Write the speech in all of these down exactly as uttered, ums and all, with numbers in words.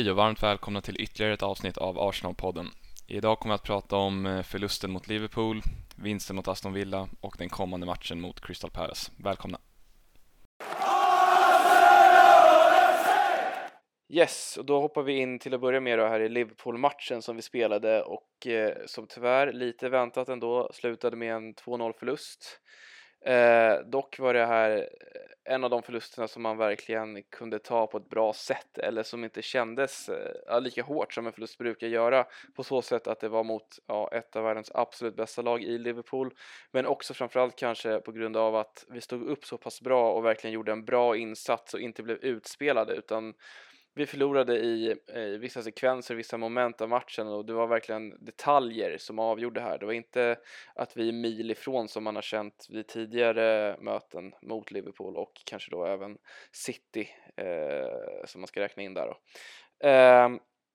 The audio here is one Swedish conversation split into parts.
Hej och varmt välkomna till ytterligare ett avsnitt av Arsenal-podden. Idag kommer vi att prata om förlusten mot Liverpool, vinsten mot Aston Villa och den kommande matchen mot Crystal Palace. Välkomna! Yes, och då hoppar vi in till att börja med då här i Liverpool-matchen som vi spelade och eh, som tyvärr lite väntat ändå slutade med en två noll förlust. Eh, dock var det här en av de förlusterna som man verkligen kunde ta på ett bra sätt eller som inte kändes eh, lika hårt som en förlust brukar göra, på så sätt att det var mot ja, ett av världens absolut bästa lag i Liverpool, men också framförallt kanske på grund av att vi stod upp så pass bra och verkligen gjorde en bra insats och inte blev utspelade, utan vi förlorade i, i vissa sekvenser, vissa moment av matchen, och det var verkligen detaljer som avgjorde här. Det var inte att vi är mil ifrån som man har känt vid tidigare möten mot Liverpool och kanske då även City eh, som man ska räkna in där då. Eh,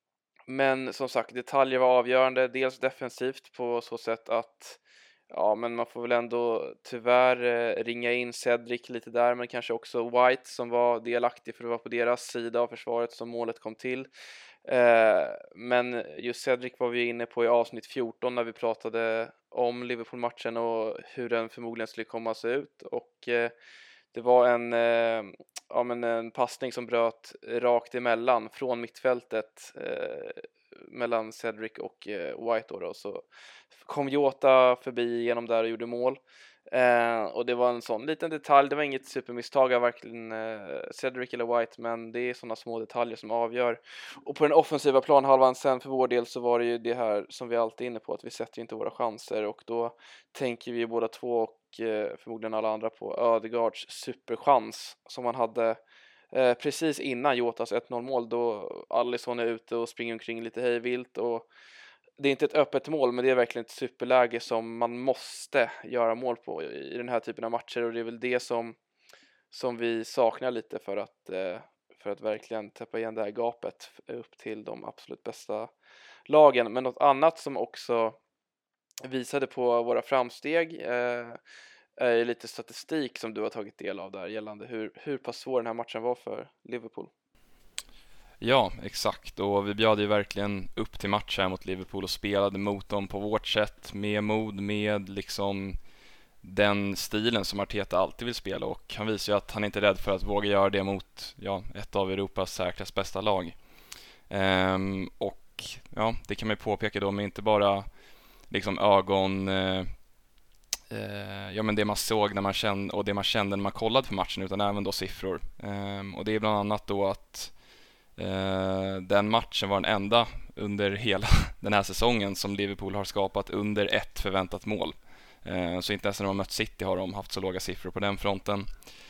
men som sagt, detaljer var avgörande, dels defensivt på så sätt att ja, men man får väl ändå tyvärr eh, ringa in Cedric lite där, men kanske också White som var delaktig, för det var på deras sida av försvaret som målet kom till. Eh, men just Cedric var vi inne på i avsnitt fjorton när vi pratade om Liverpool-matchen och hur den förmodligen skulle komma att se ut, och eh, det var en, eh, ja, men en passning som bröt rakt emellan från mittfältet eh, mellan Cedric och eh, White då, då. Så kom Jota förbi genom där och gjorde mål. Eh, och det var en sån liten detalj, det var inget supermisstag av varken eh, Cedric eller White, men det är sådana små detaljer som avgör. Och på den offensiva planhalvan sen för vår del så var det ju det här som vi alltid är inne på, att vi sätter ju inte våra chanser, och då tänker vi båda två och eh, förmodligen alla andra på Ödegaards superchans som han hade eh, precis innan Jotas ett noll mål, då Alisson är ute och springer omkring lite hejvilt, och det är inte ett öppet mål, men det är verkligen ett superläge som man måste göra mål på i den här typen av matcher, och det är väl det som, som vi saknar lite för att, eh, för att verkligen täppa igen det här gapet upp till de absolut bästa lagen. Men något annat som också visade på våra framsteg eh, är lite statistik som du har tagit del av där gällande hur, hur pass svår den här matchen var för Liverpool. Ja, exakt. Och vi bjöd ju verkligen upp till match här mot Liverpool och spelade mot dem på vårt sätt, med mod, med liksom den stilen som Arteta alltid vill spela, och han visar ju att han inte är rädd för att våga göra det mot ja, ett av Europas säkrast bästa lag. Ehm, och ja, det kan man ju påpeka då med inte bara liksom ögon eh, eh, ja men det man såg när man kände, och det man kände när man kollade på matchen, utan även då siffror. Ehm, och det är bland annat då att Uh, den matchen var den enda under hela den här säsongen som Liverpool har skapat under ett förväntat mål. Uh, så inte ens när de har mött City har de haft så låga siffror på den fronten.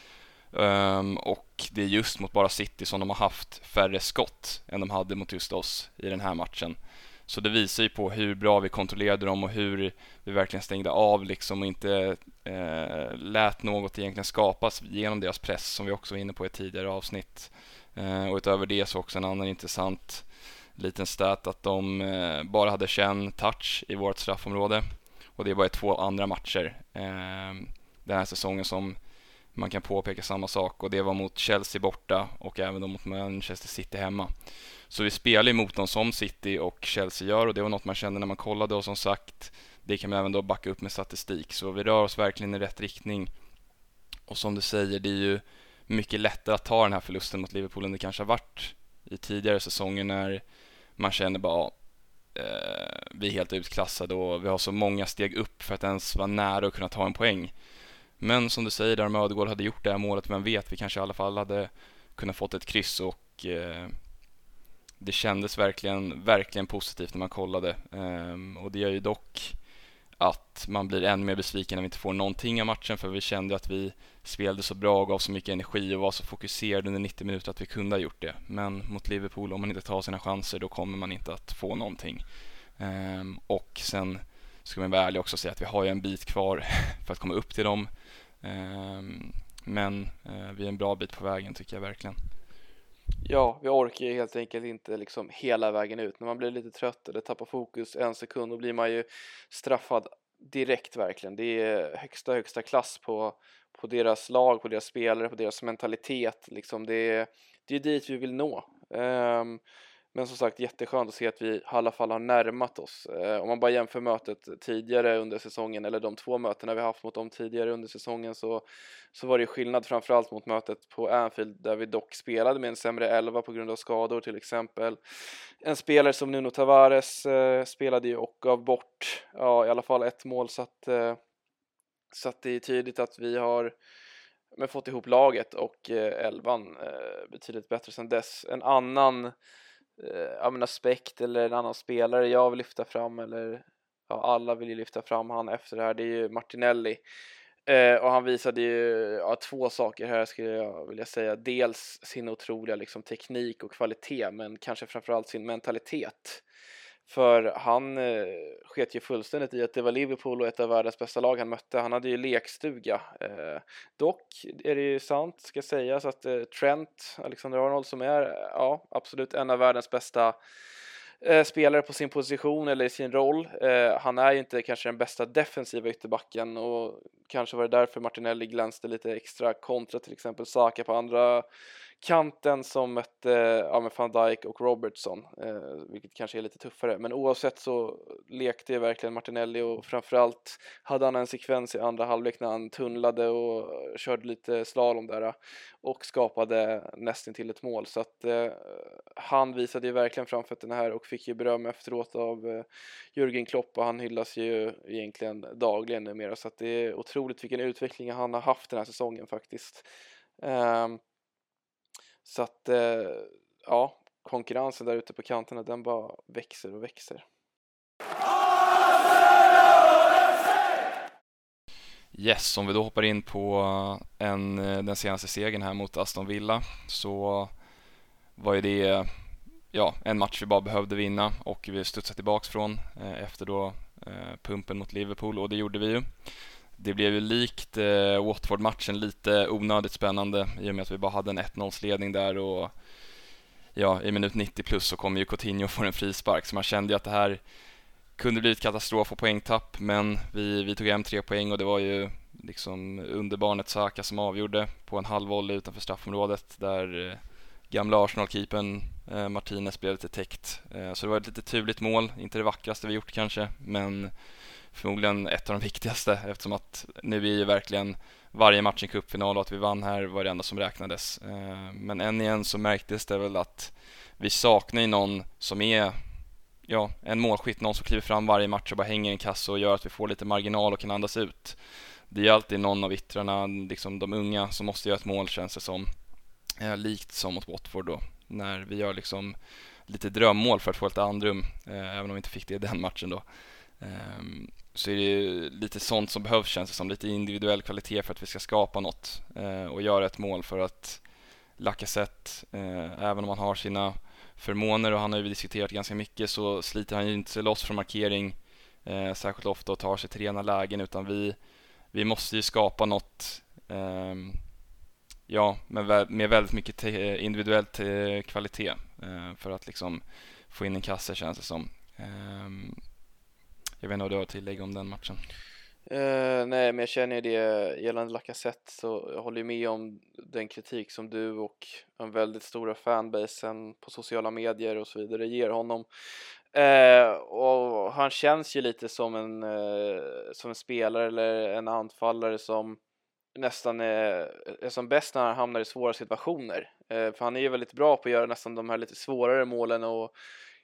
Um, och det är just mot bara City som de har haft färre skott än de hade mot just oss i den här matchen. Så det visar ju på hur bra vi kontrollerade dem och hur vi verkligen stängde av liksom, och inte uh, lät något egentligen skapas genom deras press, som vi också var inne på i ett tidigare avsnitt. Uh, och utöver det så också en annan intressant liten stat att de uh, bara hade tjugoen touch i vårt straffområde, och det var i två andra matcher uh, den här säsongen som man kan påpeka samma sak, och det var mot Chelsea borta och även då mot Manchester City hemma. Så vi spelar emot dem som City och Chelsea gör, och det var något man kände när man kollade, och som sagt det kan man även då backa upp med statistik, så vi rör oss verkligen i rätt riktning. Och som du säger, det är ju mycket lättare att ta den här förlusten mot Liverpool än det kanske har varit i tidigare säsonger, när man känner bara eh, vi är helt utklassade och vi har så många steg upp för att ens vara nära och kunna ta en poäng. Men som du säger, där om Ödegaard hade gjort det här målet, vem vet, vi kanske i alla fall hade kunnat fått ett kryss, och eh, det kändes verkligen, verkligen positivt när man kollade. Eh, och det gör ju dock att man blir ännu mer besviken när vi inte får någonting av matchen, för vi kände att vi spelade så bra och gav så mycket energi och var så fokuserade under nittio minuter att vi kunde ha gjort det. Men mot Liverpool, om man inte tar sina chanser, då kommer man inte att få någonting. Ehm, och sen ska man vara ärlig också och säga att vi har ju en bit kvar för att komma upp till dem. Ehm, men eh, vi är en bra bit på vägen, tycker jag verkligen. Ja, vi orkar ju helt enkelt inte liksom hela vägen ut. När man blir lite trött eller tappar fokus en sekund, då blir man ju straffad direkt verkligen. Det är högsta, högsta klass på, på deras lag, på deras spelare, på deras mentalitet. Liksom det, är, det är dit vi vill nå. Um, Men som sagt, jätteskönt att se att vi i alla fall har närmat oss. Eh, om man bara jämför mötet tidigare under säsongen, eller de två mötena vi haft mot dem tidigare under säsongen, så, så var det skillnad framförallt mot mötet på Anfield, där vi dock spelade med en sämre elva på grund av skador till exempel. En spelare som Nuno Tavares eh, spelade ju och gav bort, ja, i alla fall ett mål, så att, eh, så att det är tydligt att vi har men fått ihop laget och eh, elvan eh, betydligt bättre sedan dess. En annan eh, aspekt eller en annan spelare jag vill lyfta fram, eller ja, alla vill ju lyfta fram han efter det här, det är ju Martinelli. Eh, och han visade ju ja, två saker här skulle jag vilja säga. Dels sin otroliga liksom, teknik och kvalitet, men kanske framförallt sin mentalitet. För han eh, sket ju fullständigt i att det var Liverpool och ett av världens bästa lag han mötte. Han hade ju lekstuga. Eh, dock är det ju sant, ska sägas, att eh, Trent Alexander-Arnold, som är ja, absolut en av världens bästa eh, spelare på sin position eller i sin roll. Eh, han är ju inte kanske den bästa defensiva ytterbacken, och kanske var det därför Martinelli glänste lite extra kontra till exempel Saka på andra kanten som mötte ja, med Van Dijk och Robertson, eh, vilket kanske är lite tuffare. Men oavsett så lekte verkligen Martinelli, och framförallt hade han en sekvens i andra halvlek när han tunnlade och körde lite slalom där och skapade nästan till ett mål. Så att eh, han visade ju verkligen framfötterna här och fick ju beröm efteråt av eh, Jürgen Klopp, och han hyllas ju egentligen dagligen numera. Så att det är otroligt vilken utveckling han har haft den här säsongen faktiskt. Um, Så att, eh, ja, konkurrensen där ute på kanterna, den bara växer och växer. Yes, om vi då hoppar in på en, den senaste segern här mot Aston Villa, så var ju det ja, en match vi bara behövde vinna, och vi studsade tillbaks från eh, efter då eh, pumpen mot Liverpool, och det gjorde vi ju. Det blev ju likt eh, Watford-matchen lite onödigt spännande i och med att vi bara hade en ett noll-ledning där, och ja, i minut nittio plus så kom ju Coutinho få en frispark, så man kände ju att det här kunde bli ett katastrof och poängtapp, men vi, vi tog hem tre poäng, och det var ju liksom underbarnet Saka som avgjorde på en halvvolley utanför straffområdet där eh, gamla Arsenal-keepern eh, Martinez blev lite täckt. Eh, så det var ett lite turligt mål, inte det vackraste vi gjort kanske, men förmodligen ett av de viktigaste, eftersom att nu är ju verkligen varje match en cupfinal, och att vi vann här var det enda som räknades. Men än igen så märktes det väl att vi saknar ju någon som är ja, en målskytt, någon som kliver fram varje match och bara hänger en kasse och gör att vi får lite marginal och kan andas ut. Det är ju alltid någon av yttrarna, liksom de unga, som måste göra ett mål, känns det som. Likt som mot Watford då, när vi gör liksom lite drömmål för att få lite andrum, även om vi inte fick det i den matchen då. Um, så är det lite sånt som behövs, känns det som, lite individuell kvalitet för att vi ska skapa något uh, och göra ett mål, för att Lacazette, uh, även om han har sina förmåner och han har ju diskuterat ganska mycket, så sliter han ju inte sig loss från markering uh, särskilt ofta och tar sig till rena lägen, utan vi, vi måste ju skapa något um, ja, med, med väldigt mycket te- individuell te- kvalitet uh, för att liksom få in en kasse, känns det som. um, Jag vet inte vad du har tillägg om den matchen. Uh, nej, men jag känner ju det gällande Lacazette, så jag håller ju med om den kritik som du och en väldigt stora fanbasen på sociala medier och så vidare ger honom. Uh, och han känns ju lite som en, uh, som en spelare eller en anfallare som nästan är, är som bäst när han hamnar i svåra situationer. Uh, för han är ju väldigt bra på att göra nästan de här lite svårare målen och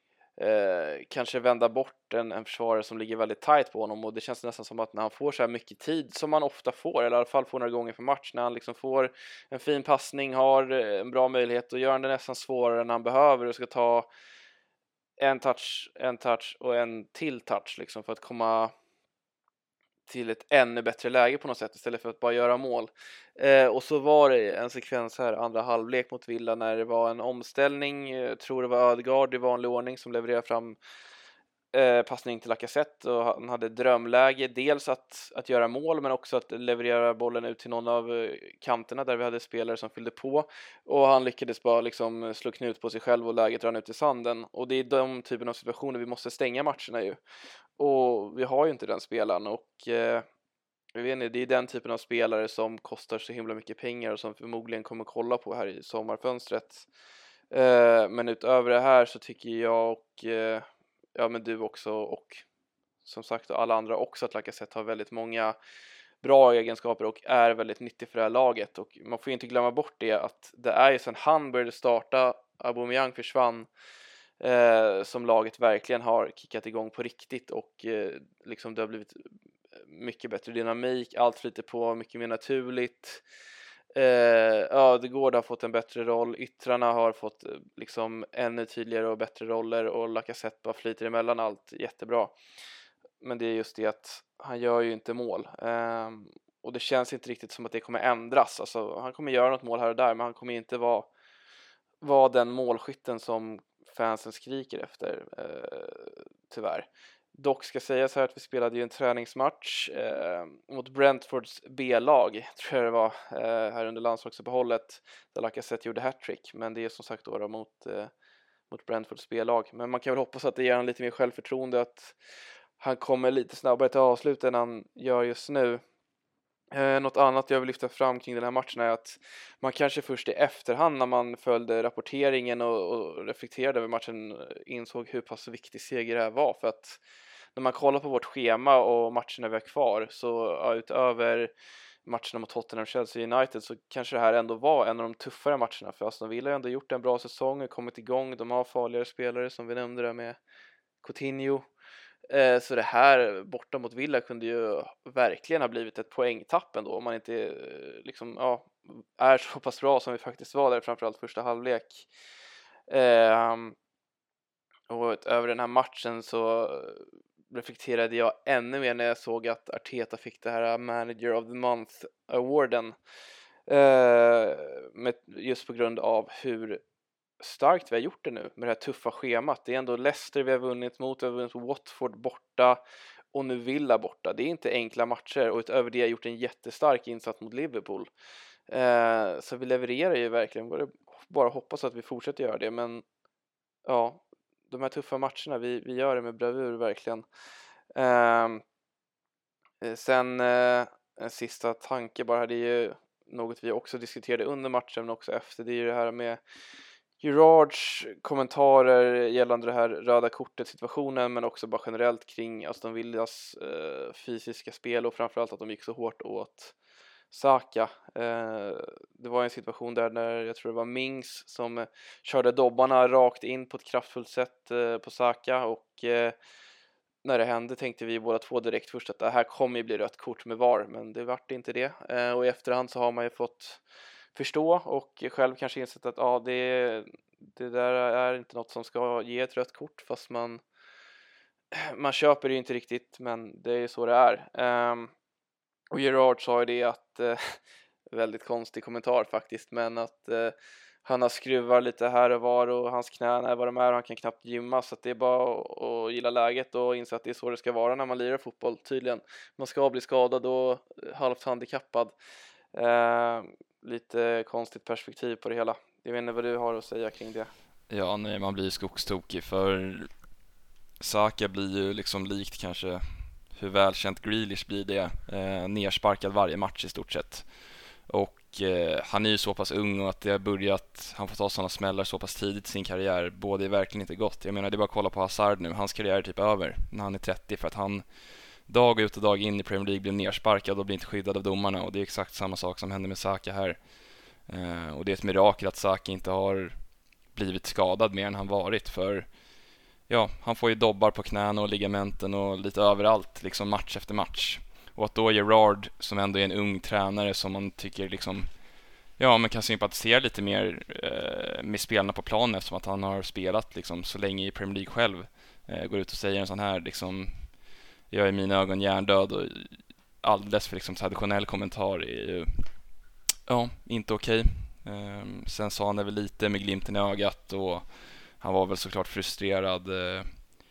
Eh, kanske vända bort en, en försvarare som ligger väldigt tight på honom, och det känns nästan som att när han får så här mycket tid som man ofta får, eller i alla fall får några gånger för match, när han liksom får en fin passning, har en bra möjlighet, och gör det nästan svårare än han behöver och ska ta en touch, en touch och en till touch liksom för att komma till ett ännu bättre läge på något sätt istället för att bara göra mål. Eh, och så var det en sekvens här, andra halvlek mot Villa, när det var en omställning, jag tror det var Ödegaard i vanlig ordning som levererade fram eh, passning till Lacazette, och han hade drömläge dels att, att göra mål, men också att leverera bollen ut till någon av eh, kanterna där vi hade spelare som fyllde på, och han lyckades bara liksom slå knut på sig själv och läget rann ut i sanden, och det är de typen av situationer vi måste stänga matcherna ju. Och vi har ju inte den spelaren, och eh, jag vet inte, det är den typen av spelare som kostar så himla mycket pengar och som förmodligen kommer kolla på här i sommarfönstret. Eh, men utöver det här så tycker jag och eh, ja men du också och som sagt alla andra också att Lacazette har väldigt många bra egenskaper och är väldigt nyttig för det här laget, och man får ju inte glömma bort det att det är ju sen han började starta, Aubameyang försvann, eh, som laget verkligen har kickat igång på riktigt, och eh, liksom det har blivit mycket bättre dynamik, allt flyter på mycket mer naturligt. Eh, ja, det går har fått en bättre roll, yttrarna har fått eh, liksom ännu tydligare och bättre roller, och Lacazette bara flyter emellan allt jättebra. Men det är just det att han gör ju inte mål. Um, och det känns inte riktigt som att det kommer ändras. Alltså, han kommer göra något mål här och där, men han kommer inte vara, vara den målskytten som fansen skriker efter, uh, tyvärr. Dock ska sägas här att vi spelade ju en träningsmatch uh, mot Brentfords B-lag, tror jag det var, uh, här under landslagsuppehållet, där Lacazette gjorde hattrick. Men det är som sagt då, då mot, uh, mot Brentfords B-lag. Men man kan väl hoppas att det ger han lite mer självförtroende, att han kommer lite snabbare till avslut än han gör just nu. Eh, något annat jag vill lyfta fram kring den här matchen är att man kanske först i efterhand när man följde rapporteringen och, och reflekterade över matchen insåg hur pass viktig seger det här var. För att när man kollar på vårt schema och matcherna vi har kvar, så ja, utöver matcherna mot Tottenham, Chelsea United, så kanske det här ändå var en av de tuffare matcherna. För Aston Villa har ändå gjort en bra säsong och kommit igång. De har farligare spelare som vi nämnde där med Coutinho. Så det här borta mot Villa kunde ju verkligen ha blivit ett poängtapp ändå, om man inte liksom, ja, är så pass bra som vi faktiskt var där, framförallt första halvlek. Ehm, och över den här matchen så reflekterade jag ännu mer när jag såg att Arteta fick det här Manager of the Month awarden, ehm, med, just på grund av hur starkt vi har gjort det nu med det här tuffa schemat. Det är ändå Leicester vi har vunnit mot, vi har vunnit Watford borta och nu Villa borta. Det är inte enkla matcher, och utöver det har gjort en jättestark insats mot Liverpool. Eh, så vi levererar ju verkligen. Bara, bara hoppas att vi fortsätter göra det, men ja, de här tuffa matcherna, vi, vi gör det med bravur verkligen. Eh, sen eh, en sista tanke bara, det är ju något vi också diskuterade under matchen men också efter, det är ju det här med Gerards kommentarer gällande det här röda kortet situationen, men också bara generellt kring Aston Villas eh, fysiska spel, och framförallt att de gick så hårt åt Saka. Eh, det var en situation där när jag tror det var Mings som eh, körde dobbarna rakt in på ett kraftfullt sätt eh, på Saka, och eh, när det hände tänkte vi båda två direkt först att det här kommer ju bli rött kort med V A R, men det vart inte det. Eh, och i efterhand så har man ju fått förstå och själv kanske insett att ja, det, det där är inte något som ska ge ett rött kort, fast man man köper det ju inte riktigt, men det är så det är. Um, och Gerard sa ju det att uh, väldigt konstig kommentar faktiskt, men att uh, han har skruvar lite här och var och hans knän är vad de är och han kan knappt gymma, så att det är bara att, att gilla läget och inse att det är så det ska vara när man lirar fotboll tydligen. Man ska bli skadad och halvt handikappad. Uh, lite konstigt perspektiv på det hela. Jag vet inte vad du har att säga kring det. Ja, nej, man blir skogstokig, för Saka blir ju liksom likt kanske hur välkänt Grealish blir det, eh, nersparkad varje match i stort sett. Och eh, han är ju så pass ung, och att det har börjat, han får ta sådana smällar så pass tidigt i sin karriär, både är verkligen inte gott. Jag menar, det är bara att kolla på Hazard nu, hans karriär är typ över när han är trettio, för att han dag ut och dag in i Premier League blir nersparkad och blir inte skyddad av domarna, och det är exakt samma sak som händer med Saka här. Eh, och det är ett mirakel att Saka inte har blivit skadad mer än han varit, för ja, han får ju dobbar på knäna och ligamenten och lite överallt, liksom match efter match. Och att då Gerard, som ändå är en ung tränare som man tycker liksom, ja, man kan sympatisera lite mer eh, med spelarna på planen, eftersom att han har spelat liksom så länge i Premier League själv, eh, går ut och säger en sån här liksom, jag är i mina ögon hjärndöd, och alldeles för liksom traditionell kommentar är ju ja, inte okej. Eh, sen sa han det väl lite med glimten i ögat, och han var väl såklart frustrerad eh,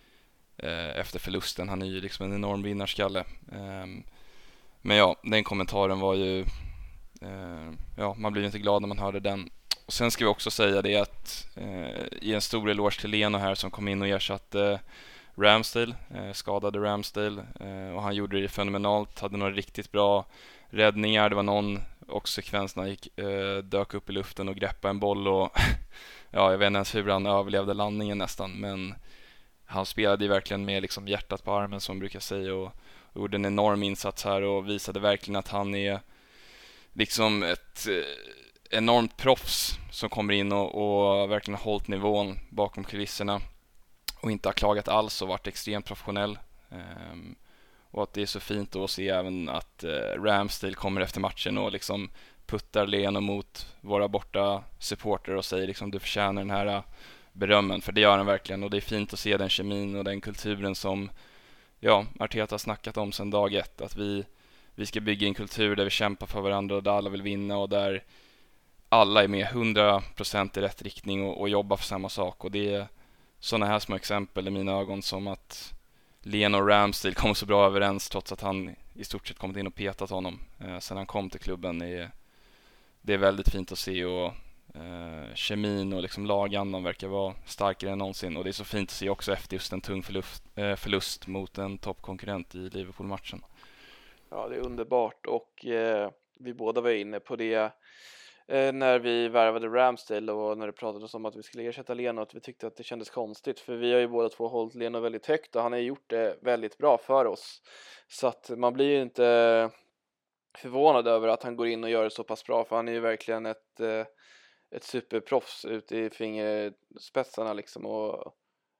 efter förlusten. Han är ju liksom en enorm vinnarskalle. Eh, men ja, den kommentaren var ju eh, ja, man blir inte glad när man hörde den. Och sen ska vi också säga det att eh, i en stor eloge till Leno här som kom in och ersatte Ramsdale, eh, skadade Ramsdale, eh, och han gjorde det fenomenalt, hade några riktigt bra räddningar. Det var någon också sekvens när han gick, eh, dök upp i luften och greppade en boll och ja, jag vet inte ens hur han överlevde landningen nästan, men han spelade ju verkligen med liksom hjärtat på armen som man brukar säga, och, och gjorde en enorm insats här och visade verkligen att han är liksom ett eh, enormt proffs som kommer in och, och verkligen har hållit nivån bakom kulisserna och inte har klagat alls och varit extremt professionell. Um, och att det är så fint att se även att uh, Ramsdale kommer efter matchen och liksom puttar Leno mot våra borta supporter och säger liksom du förtjänar den här berömmen, för det gör han verkligen, och det är fint att se den kemin och den kulturen som ja, Arteta har snackat om sedan dag ett, att vi, vi ska bygga en kultur där vi kämpar för varandra och där alla vill vinna och där alla är med hundra procent i rätt riktning och, och jobbar för samma sak. Och det är sådana här små exempel i mina ögon, som att Leno och Ramsdale kommer så bra överens trots att han i stort sett kommit in och petat honom eh, sedan han kom till klubben. Det är, det är väldigt fint att se, och eh, kemin och liksom lagandan verkar vara starkare än någonsin, och det är så fint att se också efter just en tung förlust, eh, förlust mot en toppkonkurrent i Liverpool-matchen. Ja, det är underbart, och eh, vi båda var inne på det eh, när vi värvade Ramsdale och när det pratades om att vi skulle ersätta Leno, att vi tyckte att det kändes konstigt, för vi har ju båda två hållit Leno väldigt högt och han har gjort det väldigt bra för oss, så att man blir ju inte förvånad över att han går in och gör det så pass bra, för han är ju verkligen ett, eh, ett superproffs ute i fingerspetsarna liksom, och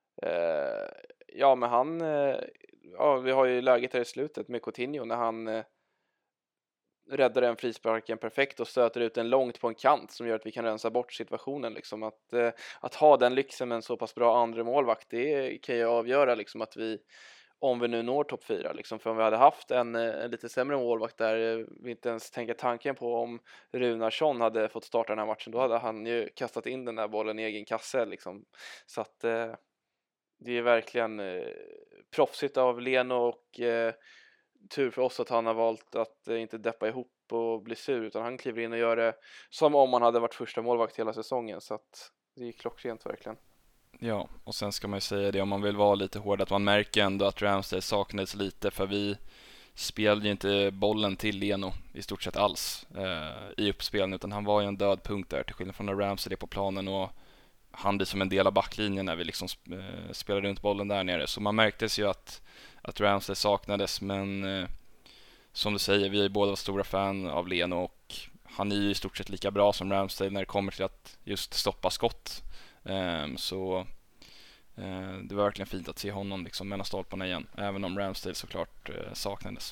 eh, ja, men han eh, ja, vi har ju läget här i slutet med Coutinho när han eh, räddar den frisparken perfekt och stöter ut den långt på en kant som gör att vi kan rensa bort situationen liksom. Att, eh, att ha den lyxen med en så pass bra andra målvakt, det kan ju avgöra liksom att vi, om vi nu når topp fyra liksom. För om vi hade haft en, en lite sämre målvakt där vi inte ens tänker tanken på, om Runarsson hade fått starta den här matchen, då hade han ju kastat in den där bollen i egen kasse liksom. Så att eh, det är verkligen eh, proffsigt av Leno, och eh, tur för oss att han har valt att eh, inte deppa ihop och bli sur, utan han kliver in och gör det som om han hade varit första målvakt hela säsongen, så att det är klockrent verkligen. Ja, och sen ska man ju säga det, om man vill vara lite hård, att man märker ändå att Ramsdale saknades lite, för vi spelade ju inte bollen till Leno i stort sett alls eh, i uppspelen, utan han var ju en död punkt där, till skillnad från när Ramsdale är på planen och han blir som en del av backlinjen när vi liksom eh, spelar runt bollen där nere. Så man märktes ju att, att Ramsdale saknades, men eh, som du säger, vi är båda stora fan av Leno, och han är ju i stort sett lika bra som Ramsdale när det kommer till att just stoppa skott. Eh, så eh, det var verkligen fint att se honom liksom mellan stolparna igen, även om Ramsdale såklart eh, saknades.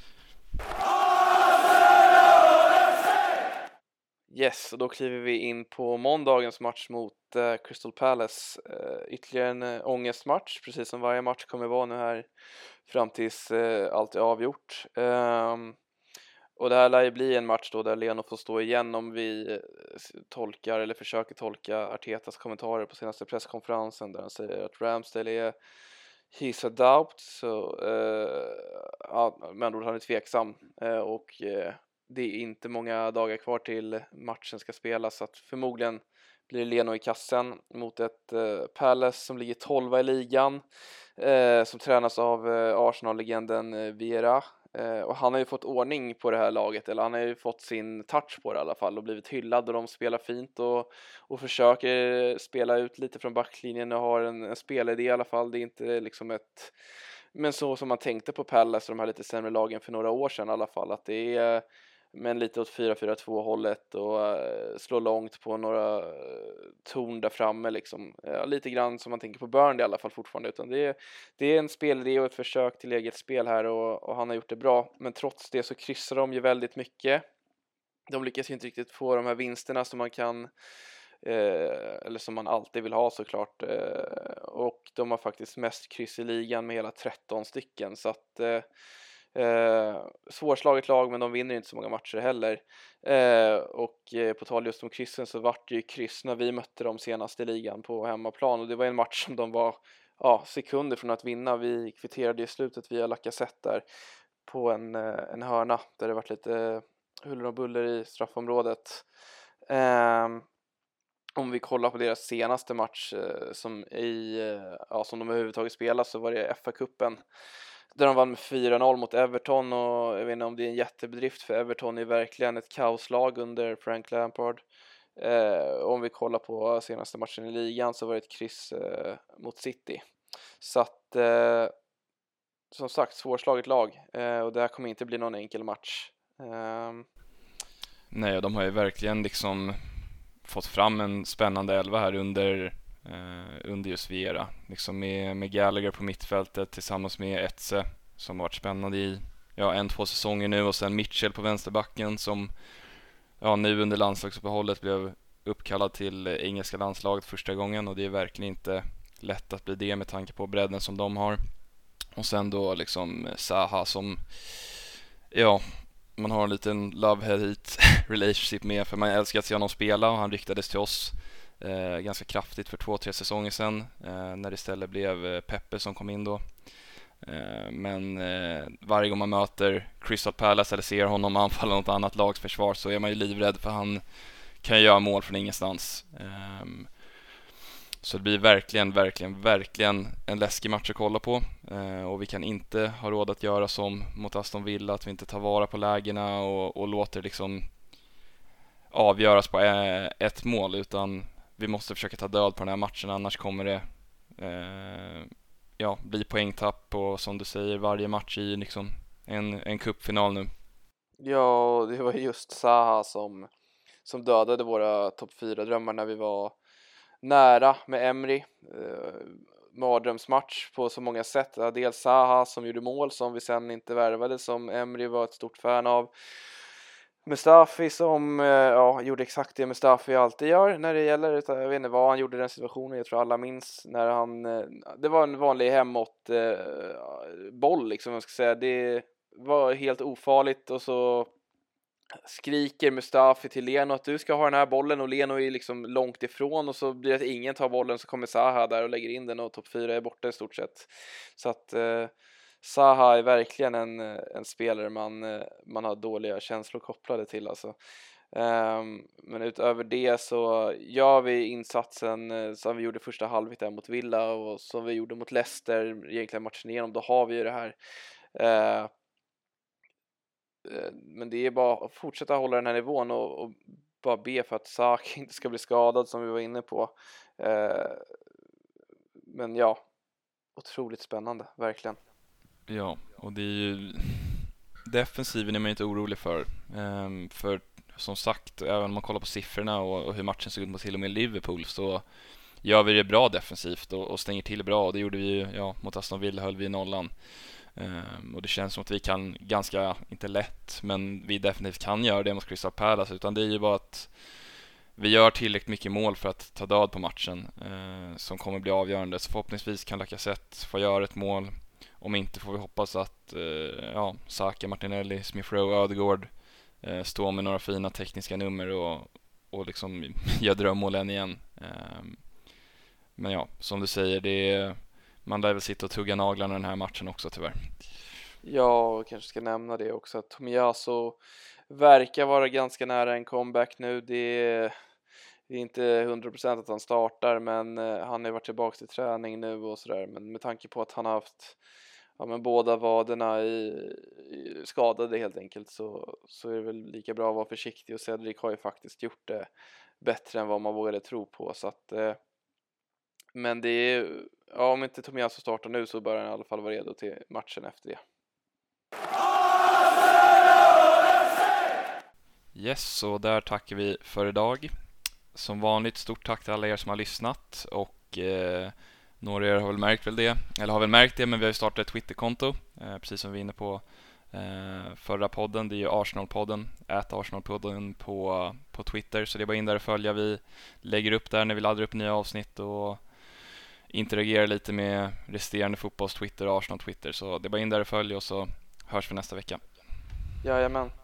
Yes, och då kliver vi in på måndagens match mot eh, Crystal Palace. Eh, ytterligare en eh, ångestmatch, precis som varje match kommer vara nu här fram tills eh, allt är avgjort. Um, och det här lär ju bli en match då där Leno får stå igen, om vi eh, tolkar eller försöker tolka Artetas kommentarer på senaste presskonferensen, där han säger att Ramsdale är he's a doubt, så eh, ja, men då han är tveksam, eh, och eh, det är inte många dagar kvar till matchen ska spelas, så att förmodligen blir Leno i kassen mot ett eh, Palace som ligger tolva i ligan, eh, som tränas av eh, Arsenal-legenden eh, Vieira, eh, och han har ju fått ordning på det här laget, eller han har ju fått sin touch på det i alla fall, och blivit hyllad, och de spelar fint och, och försöker spela ut lite från backlinjen och har en, en spelidé i alla fall. Det är inte liksom ett, men så som man tänkte på Palace och de här lite sämre lagen för några år sedan i alla fall, att det är men lite åt fyra fyra två hållet och uh, slå långt på några uh, torn där framme liksom. Uh, lite grann som man tänker på Burnley i alla fall fortfarande, utan det är, det är en spelidé och ett försök till eget spel här, och, och han har gjort det bra, men trots det så kryssar de ju väldigt mycket. De lyckas ju inte riktigt få de här vinsterna som man kan eh, eller som man alltid vill ha såklart, eh, och de har faktiskt mest kryss i ligan med hela tretton stycken, så att eh, Eh, svårslaget lag, men de vinner inte så många matcher heller. Eh, och eh, på tal just om kryssen, så vart det ju kryss när vi mötte dem senast i ligan på hemmaplan, och det var en match som de var ja, sekunder från att vinna. Vi kvitterade i slutet via Lacazette där på en, eh, en hörna där det varit lite huller och buller i straffområdet. Eh, om vi kollar på deras senaste match eh, som, i, eh, ja, som de överhuvudtaget spelar, så var det F A-cupen där de vann med fyra noll mot Everton, och jag vet inte om det är en jättebedrift, för Everton är verkligen ett kaoslag under Frank Lampard. Eh, om vi kollar på senaste matchen i ligan så var det ett kryss eh, mot City. Så att eh, som sagt, svårslaget lag, eh, och det här kommer inte bli någon enkel match. Eh, Nej, de har ju verkligen liksom fått fram en spännande elva här under, eh, under just Viera. Liksom med, med Gallagher på mittfältet tillsammans med Etze som har varit spännande i ja, en, två säsonger nu, och sen Mitchell på vänsterbacken som ja, nu under landslagsuppehållet blev uppkallad till engelska landslaget första gången, och det är verkligen inte lätt att bli det med tanke på bredden som de har. Och sen då liksom Zaha som ja, man har en liten love-hate relationship med, för man älskar att se honom spela, och han ryktades till oss eh, ganska kraftigt för två, tre säsonger sedan eh, när det istället blev eh, Pepe som kom in då. Eh, men eh, varje gång man möter Crystal Palace eller ser honom anfalla något annat lags försvar så är man ju livrädd, för han kan göra mål från ingenstans. Eh, Så det blir verkligen, verkligen, verkligen en läskig match att kolla på. Eh, och vi kan inte ha råd att göra som mot Aston Villa, att vi inte tar vara på lägena och, och låter liksom avgöras på eh, ett mål, utan vi måste försöka ta död på den här matchen, annars kommer det eh, ja, bli poängtapp, och som du säger, varje match i liksom en, en cupfinal nu. ja, det var just Zaha som, som dödade våra topp fyra drömmar när vi var nära med Emery. Eh, mardrömsmatch på så många sätt. Ja, dels Zaha som gjorde mål som vi sen inte värvade, som Emery var ett stort fan av. Mustafi som eh, ja, gjorde exakt det Mustafi alltid gör när det gäller, utan jag vet inte vad han gjorde i den situationen. Jag tror alla minns när han eh, det var en vanlig hemåt eh, boll liksom, jag ska säga. Det var helt ofarligt, och så skriker Mustafi till Leno att du ska ha den här bollen, och Leno är liksom långt ifrån, och så blir det att ingen tar bollen, så kommer Zaha där och lägger in den, och topp fyra är borta i stort sett. Så att eh, Zaha är verkligen en, en spelare man, eh, man har dåliga känslor kopplade till alltså. Um, men utöver det så gör vi insatsen eh, som vi gjorde första halvlek där mot Villa, och som vi gjorde mot Leicester egentligen matchen igenom, då har vi ju det här uh, men det är bara att fortsätta hålla den här nivån, och, och bara be för att Sak inte ska bli skadad, som vi var inne på. Eh, men ja, otroligt spännande, verkligen. Ja, och det är ju defensiven är man inte orolig för. Ehm, för som sagt, även om man kollar på siffrorna och, och hur matchen såg ut mot till och med Liverpool, så gör vi det bra defensivt och, och stänger till bra. Och det gjorde vi ju, ja, mot Aston Villa höll vi nollan. Um, och det känns som att vi kan ganska, inte lätt, men vi definitivt kan göra det mot Crystal Palace, utan det är ju bara att vi gör tillräckligt mycket mål för att ta död på matchen uh, som kommer bli avgörande. Så förhoppningsvis kan Lacazette få göra ett mål. Om inte får vi hoppas att uh, ja, Saka, Martinelli, Smith Rowe, Ödegaard uh, står med några fina tekniska nummer och, och liksom gör drömmålen igen. Um, men ja, som du säger, det är man lär väl sitta och tugga naglarna den här matchen också tyvärr. Ja, och kanske ska nämna det också att Tomiyasu verkar vara ganska nära en comeback nu. Det är, det är inte hundra procent att han startar, men han har varit tillbaka till träning nu och sådär. Men med tanke på att han har haft ja, men båda vaderna i, i skadade helt enkelt, så, så är det väl lika bra att vara försiktig. Och Cedric har ju faktiskt gjort det bättre än vad man vågade tro på. Så att, eh, men det är, ja, om inte Tomiyasu startar nu så bör han i alla fall vara redo till matchen efter det. Yes, och där tackar vi för idag. Som vanligt, stort tack till alla er som har lyssnat. Och eh, några er har väl märkt väl det, eller har väl märkt det, men vi har ju startat ett Twitterkonto, eh, precis som vi var inne på eh, förra podden. Det är ju Arsenal-podden, ät Arsenal-podden på, på Twitter. Så det är bara in där och följa. Vi lägger upp där när vi laddar upp nya avsnitt och interagerar lite med resterande fotbolls-Twitter och Arsenal-Twitter. Så det är bara in där och följa, och så hörs vi nästa vecka. Jajamän.